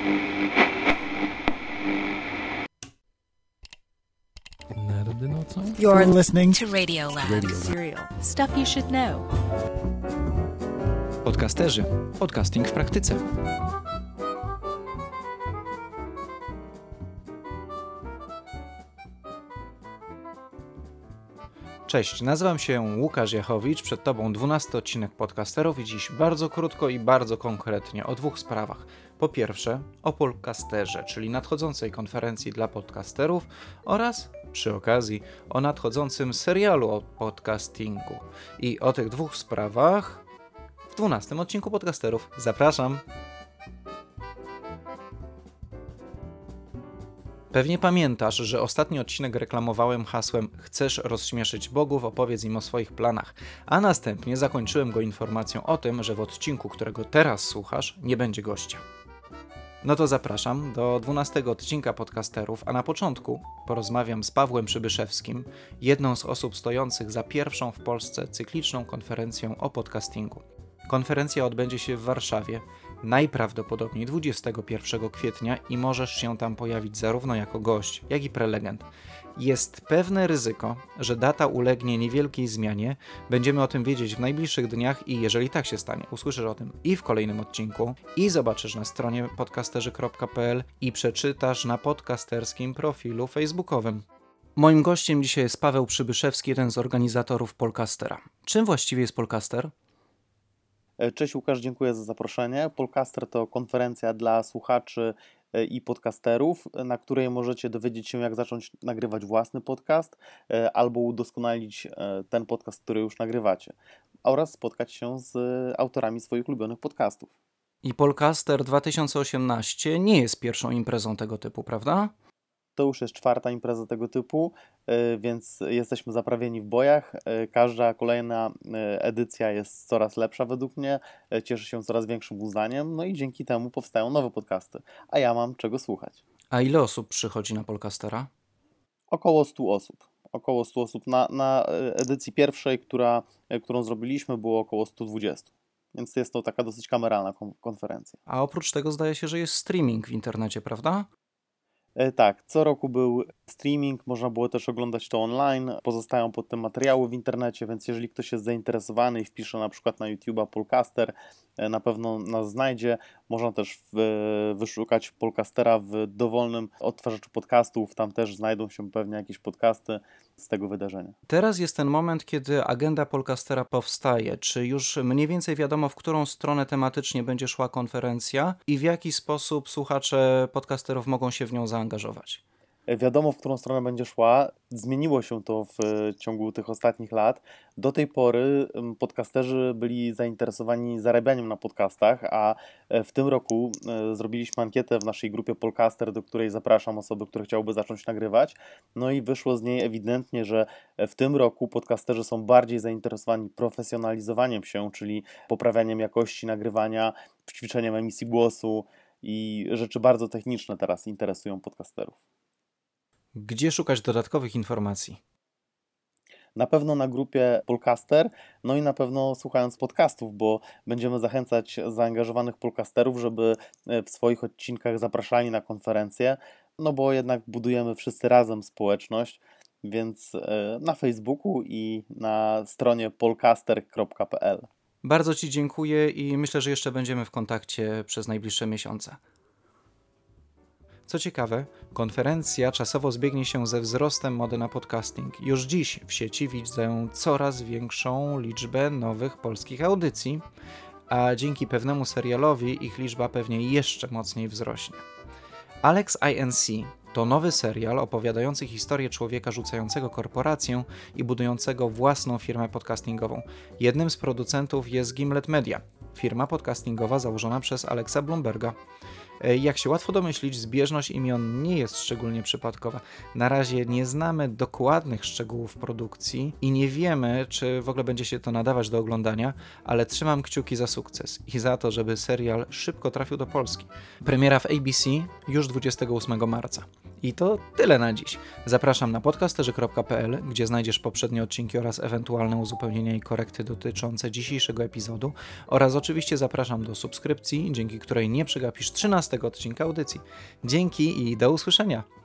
Nerdy nocą? You're listening to Radio Lab. Serial. Stuff you should know. Podcasterzy. Podcasting w praktyce. Cześć, nazywam się Łukasz Jachowicz, przed Tobą 12 odcinek Podcasterów i dziś bardzo krótko i bardzo konkretnie o dwóch sprawach. Po pierwsze o Polcasterze, czyli nadchodzącej konferencji dla podcasterów oraz przy okazji o nadchodzącym serialu o podcastingu. I o tych dwóch sprawach w 12 odcinku Podcasterów. Zapraszam! Pewnie pamiętasz, że ostatni odcinek reklamowałem hasłem „Chcesz rozśmieszyć bogów? Opowiedz im o swoich planach”, a następnie zakończyłem go informacją o tym, że w odcinku, którego teraz słuchasz, nie będzie gościa. No to zapraszam do 12 odcinka Podcasterów, a na początku porozmawiam z Pawłem Przybyszewskim, jedną z osób stojących za pierwszą w Polsce cykliczną konferencją o podcastingu. Konferencja odbędzie się w Warszawie, najprawdopodobniej 21 kwietnia i możesz się tam pojawić zarówno jako gość, jak i prelegent. Jest pewne ryzyko, że data ulegnie niewielkiej zmianie, będziemy o tym wiedzieć w najbliższych dniach i jeżeli tak się stanie, usłyszysz o tym i w kolejnym odcinku, i zobaczysz na stronie podcasterzy.pl i przeczytasz na podcasterskim profilu facebookowym. Moim gościem dzisiaj jest Paweł Przybyszewski, jeden z organizatorów Polcastera. Czym właściwie jest Polcaster? Cześć Łukasz, dziękuję za zaproszenie. Polcaster to konferencja dla słuchaczy i podcasterów, na której możecie dowiedzieć się, jak zacząć nagrywać własny podcast albo udoskonalić ten podcast, który już nagrywacie, oraz spotkać się z autorami swoich ulubionych podcastów. I Polcaster 2018 nie jest pierwszą imprezą tego typu, prawda? To już jest 4. impreza tego typu, więc jesteśmy zaprawieni w bojach. Każda kolejna edycja jest coraz lepsza według mnie, cieszy się coraz większym uznaniem, no i dzięki temu powstają nowe podcasty, a ja mam czego słuchać. A ile osób przychodzi na Polcastera? Około 100 osób. Około 100 osób. Na edycji pierwszej, którą zrobiliśmy, było około 120. Więc jest to taka dosyć kameralna konferencja. A oprócz tego zdaje się, że jest streaming w internecie, prawda? Tak, co roku był streaming, można było też oglądać to online, pozostają potem materiały w internecie, więc jeżeli ktoś jest zainteresowany i wpisze na przykład na YouTube'a Polcaster, na pewno nas znajdzie. Można też wyszukać Polcastera w dowolnym odtwarzaczu podcastów, tam też znajdą się pewnie jakieś podcasty z tego wydarzenia. Teraz jest ten moment, kiedy agenda Polcastera powstaje. Czy już mniej więcej wiadomo, w którą stronę tematycznie będzie szła konferencja i w jaki sposób słuchacze podcasterów mogą się w nią zaangażować? Wiadomo, w którą stronę będzie szła. Zmieniło się to w ciągu tych ostatnich lat. Do tej pory podcasterzy byli zainteresowani zarabianiem na podcastach, a w tym roku zrobiliśmy ankietę w naszej grupie Polcaster, do której zapraszam osoby, które chciałyby zacząć nagrywać. No i wyszło z niej ewidentnie, że w tym roku podcasterzy są bardziej zainteresowani profesjonalizowaniem się, czyli poprawianiem jakości nagrywania, ćwiczeniem emisji głosu i rzeczy bardzo techniczne teraz interesują podcasterów. Gdzie szukać dodatkowych informacji? Na pewno na grupie Polcaster, no i na pewno słuchając podcastów, bo będziemy zachęcać zaangażowanych podcasterów, żeby w swoich odcinkach zapraszali na konferencję, no bo jednak budujemy wszyscy razem społeczność, więc na Facebooku i na stronie polcaster.pl. Bardzo Ci dziękuję i myślę, że jeszcze będziemy w kontakcie przez najbliższe miesiące. Co ciekawe, konferencja czasowo zbiegnie się ze wzrostem mody na podcasting. Już dziś w sieci widzę coraz większą liczbę nowych polskich audycji, a dzięki pewnemu serialowi ich liczba pewnie jeszcze mocniej wzrośnie. Alex INC to nowy serial opowiadający historię człowieka rzucającego korporację i budującego własną firmę podcastingową. Jednym z producentów jest Gimlet Media, firma podcastingowa założona przez Alexa Blumberga. Jak się łatwo domyślić, zbieżność imion nie jest szczególnie przypadkowa. Na razie nie znamy dokładnych szczegółów produkcji i nie wiemy, czy w ogóle będzie się to nadawać do oglądania, ale trzymam kciuki za sukces i za to, żeby serial szybko trafił do Polski. Premiera w ABC już 28 marca. I to tyle na dziś. Zapraszam na podcasterzy.pl, gdzie znajdziesz poprzednie odcinki oraz ewentualne uzupełnienia i korekty dotyczące dzisiejszego epizodu oraz oczywiście zapraszam do subskrypcji, dzięki której nie przegapisz 13 odcinka audycji. Dzięki i do usłyszenia.